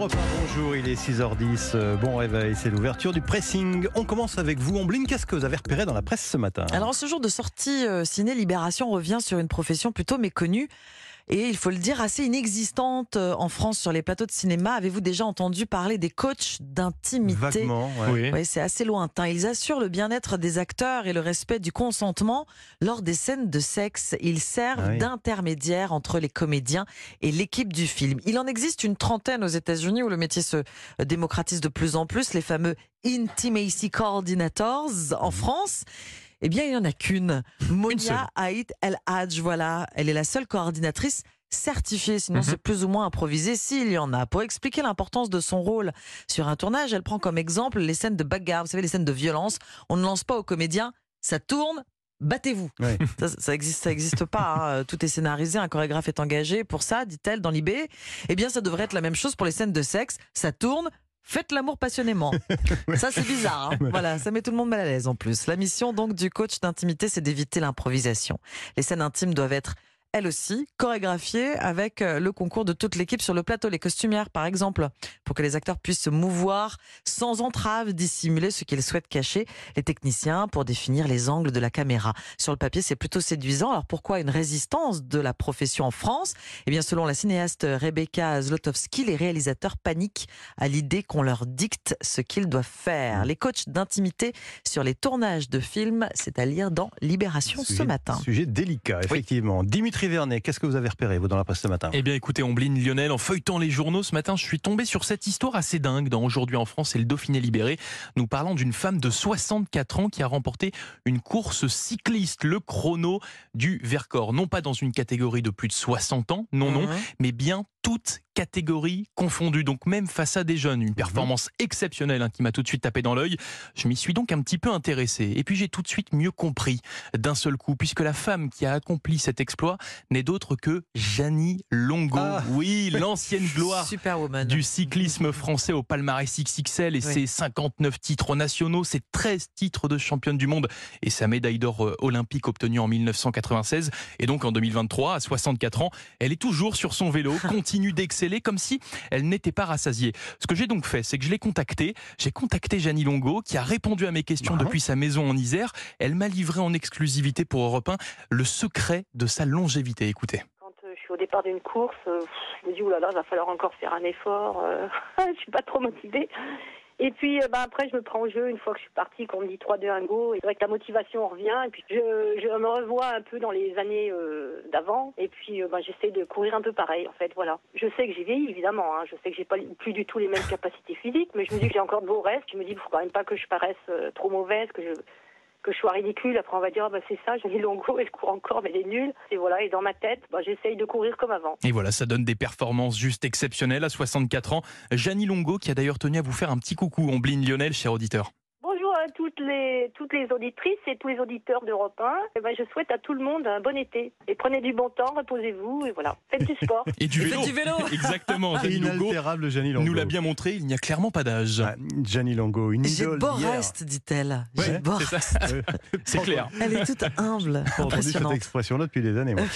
Europe 1, bonjour, il est 6h10, bon réveil, c'est l'ouverture du pressing. On commence avec vous, Ombline, qu'est-ce que vous avez repéré dans la presse ce matin ? Alors en ce jour de sortie, Ciné Libération revient sur une profession plutôt méconnue et il faut le dire assez inexistante en France sur les plateaux de cinéma. Avez-vous déjà entendu parler des coachs d'intimité ? Vaguement, Oui. Oui, c'est assez lointain. Ils assurent le bien-être des acteurs et le respect du consentement lors des scènes de sexe. Ils servent d'intermédiaires entre les comédiens et l'équipe du film. Il en existe une trentaine aux États-Unis où le métier se démocratise de plus en plus. Les fameux Intimacy Coordinators en France. Eh bien, il n'y en a qu'une. Monia Haït El Hadj, voilà. Elle est la seule coordinatrice certifiée, sinon c'est plus ou moins improvisé s'il y en a. Pour expliquer l'importance de son rôle sur un tournage, elle prend comme exemple les scènes de bagarre, vous savez, les scènes de violence. On ne lance pas aux comédiens, ça tourne, battez-vous. Ouais. Ça existe pas, hein. Tout est scénarisé, un chorégraphe est engagé pour ça, dit-elle dans l'IB. Eh bien, ça devrait être la même chose pour les scènes de sexe, ça tourne. Faites l'amour passionnément. Ça, c'est bizarre. Hein. Voilà, ça met tout le monde mal à l'aise en plus. La mission donc du coach d'intimité, c'est d'éviter l'improvisation. Les scènes intimes doivent être, elles aussi, chorégraphiées avec le concours de toute l'équipe sur le plateau. Les costumières, par exemple, pour que les acteurs puissent se mouvoir sans entrave, dissimuler ce qu'ils souhaitent cacher. Les techniciens pour définir les angles de la caméra. Sur le papier, c'est plutôt séduisant. Alors pourquoi une résistance de la profession en France ? Eh bien, selon la cinéaste Rebecca Zlotowski, les réalisateurs paniquent à l'idée qu'on leur dicte ce qu'ils doivent faire. Les coachs d'intimité sur les tournages de films, c'est à lire dans Libération ce matin. Sujet délicat, effectivement. Dimitri Vernet, qu'est-ce que vous avez repéré, vous, dans la presse ce matin ? Eh bien, écoutez, Ombline, Lionel, en feuilletant les journaux ce matin, je suis tombé sur cette histoire assez dingue dans Aujourd'hui en France et le Dauphiné libéré. Nous parlons d'une femme de 64 ans qui a remporté une course cycliste, le chrono du Vercors. Non pas dans une catégorie de plus de 60 ans, non, mais bien toutes catégories confondues, donc même face à des jeunes. Une performance exceptionnelle qui m'a tout de suite tapé dans l'œil. Je m'y suis donc un petit peu intéressé. Et puis j'ai tout de suite mieux compris d'un seul coup, puisque la femme qui a accompli cet exploit n'est d'autre que Jeannie Longo. Oui, l'ancienne gloire du cyclisme français au palmarès XXL et ses 59 titres nationaux, ses 13 titres de championne du monde et sa médaille d'or olympique obtenue en 1996. Et donc en 2023, à 64 ans, elle est toujours sur son vélo, continue d'exceller comme si elle n'était pas rassasiée. Ce que j'ai donc fait, c'est que je l'ai contactée. J'ai contacté Jeannie Longo qui a répondu à mes questions depuis sa maison en Isère. Elle m'a livré en exclusivité pour Europe 1 le secret de sa longévité. Écoutez. Quand je suis au départ d'une course, je me dis oulala, il va falloir encore faire un effort. Je suis pas trop motivée. Et puis après je me prends au jeu une fois que je suis partie, qu'on me dit 3, 2, 1, go. Et c'est vrai que la motivation revient et puis je me revois un peu dans les années d'avant et puis j'essaie de courir un peu pareil en fait, voilà. Je sais que j'ai vieilli évidemment, je sais que j'ai pas plus du tout les mêmes capacités physiques, mais je me dis que j'ai encore de beaux restes. Je me dis il faut quand même pas que je paraisse trop mauvaise, que je sois ridicule. Après on va dire c'est ça, Jeannie Longo, elle court encore mais elle est nulle. Et voilà, et dans ma tête, j'essaye de courir comme avant. Et voilà, ça donne des performances juste exceptionnelles à 64 ans. Jeannie Longo qui a d'ailleurs tenu à vous faire un petit coucou, Ombline, Lionel, cher auditeur. Bonjour à toutes les auditrices et tous les auditeurs d'Europe 1. Je souhaite à tout le monde un bon été. Et prenez du bon temps, reposez-vous et voilà. Faites du sport. Et du vélo. Exactement. Jeannie Longo Inaltérable Jeannie Longo. nous l'a bien montré, il n'y a clairement pas d'âge. Jeannie Longo, une J'ai idole beau d'hier. reste, dit-elle. J'ai Ouais, beau c'est ça. C'est clair. Elle est toute humble, J'ai entendu cette impressionnante. expression-là depuis des années. Moi.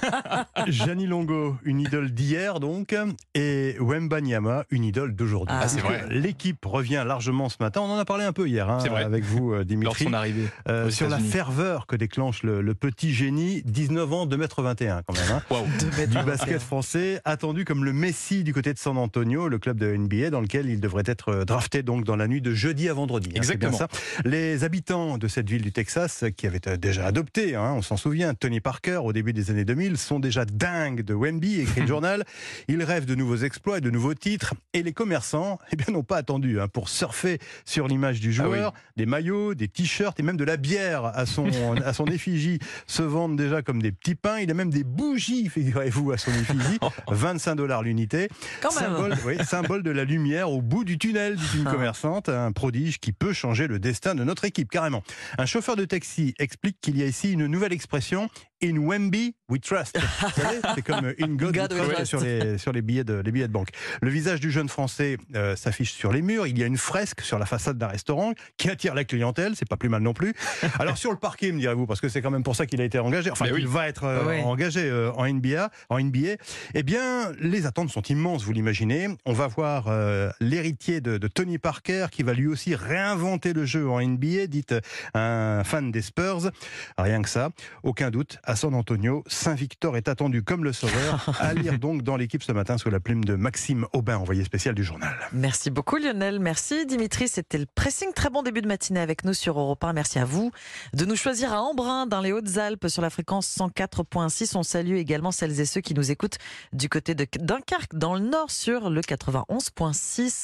Jeannie Longo, une idole d'hier donc, et Wembanyama, une idole d'aujourd'hui. Ah, c'est vrai. L'équipe revient largement ce matin. On en a parlé un peu hier C'est vrai. avec vous, Dimitri. Lors de son arrivée aux sur la États-Unis. ferveur que déclenche le petit génie, 19 ans, 2,21 m quand même. Waouh. Du basket français, attendu comme le Messi du côté de San Antonio, le club de NBA dans lequel il devrait être drafté donc dans la nuit de jeudi à vendredi. Exactement. C'est bien ça. Les habitants de cette ville du Texas, qui avaient déjà adopté, on s'en souvient, Tony Parker au début des années 2000, sont déjà dingues de Wemby, écrit le journal. Ils rêvent de nouveaux exploits et de nouveaux titres. Et les commerçants, n'ont pas attendu pour surfer sur l'image du joueur. Des maillots, des t-shirts et même de la bière à son effigie se vendent déjà comme des petits pains. Il a même des bougies, figurez-vous, à son effigie. 25 $ l'unité. Quand même. Symbole de la lumière au bout du tunnel, dit une commerçante. Un prodige qui peut changer le destin de notre équipe, carrément. Un chauffeur de taxi explique qu'il y a ici une nouvelle expression, In Wemby, we trust. Vous savez, c'est comme In God, God we we trust trust. sur les billets de banque. Le visage du jeune Français s'affiche sur les murs. Il y a une fresque sur la façade d'un restaurant qui attire la clientèle. C'est pas plus mal non plus. Alors sur le parquet, me direz-vous, parce que c'est quand même pour ça qu'il a été engagé. Enfin, il va être engagé en NBA. Eh bien, les attentes sont immenses, vous l'imaginez. On va voir l'héritier de Tony Parker qui va lui aussi réinventer le jeu en NBA, dit un fan des Spurs. Rien que ça, aucun doute. À San Antonio, Saint-Victor est attendu comme le sauveur. À lire donc dans l'équipe ce matin sous la plume de Maxime Aubin, envoyé spécial du journal. Merci beaucoup Lionel, merci Dimitri, c'était le pressing, très bon début de matinée avec nous sur Europe 1. Merci à vous de nous choisir à Embrun dans les Hautes-Alpes sur la fréquence 104.6. On salue également celles et ceux qui nous écoutent du côté de Dunkerque dans le nord sur le 91.6.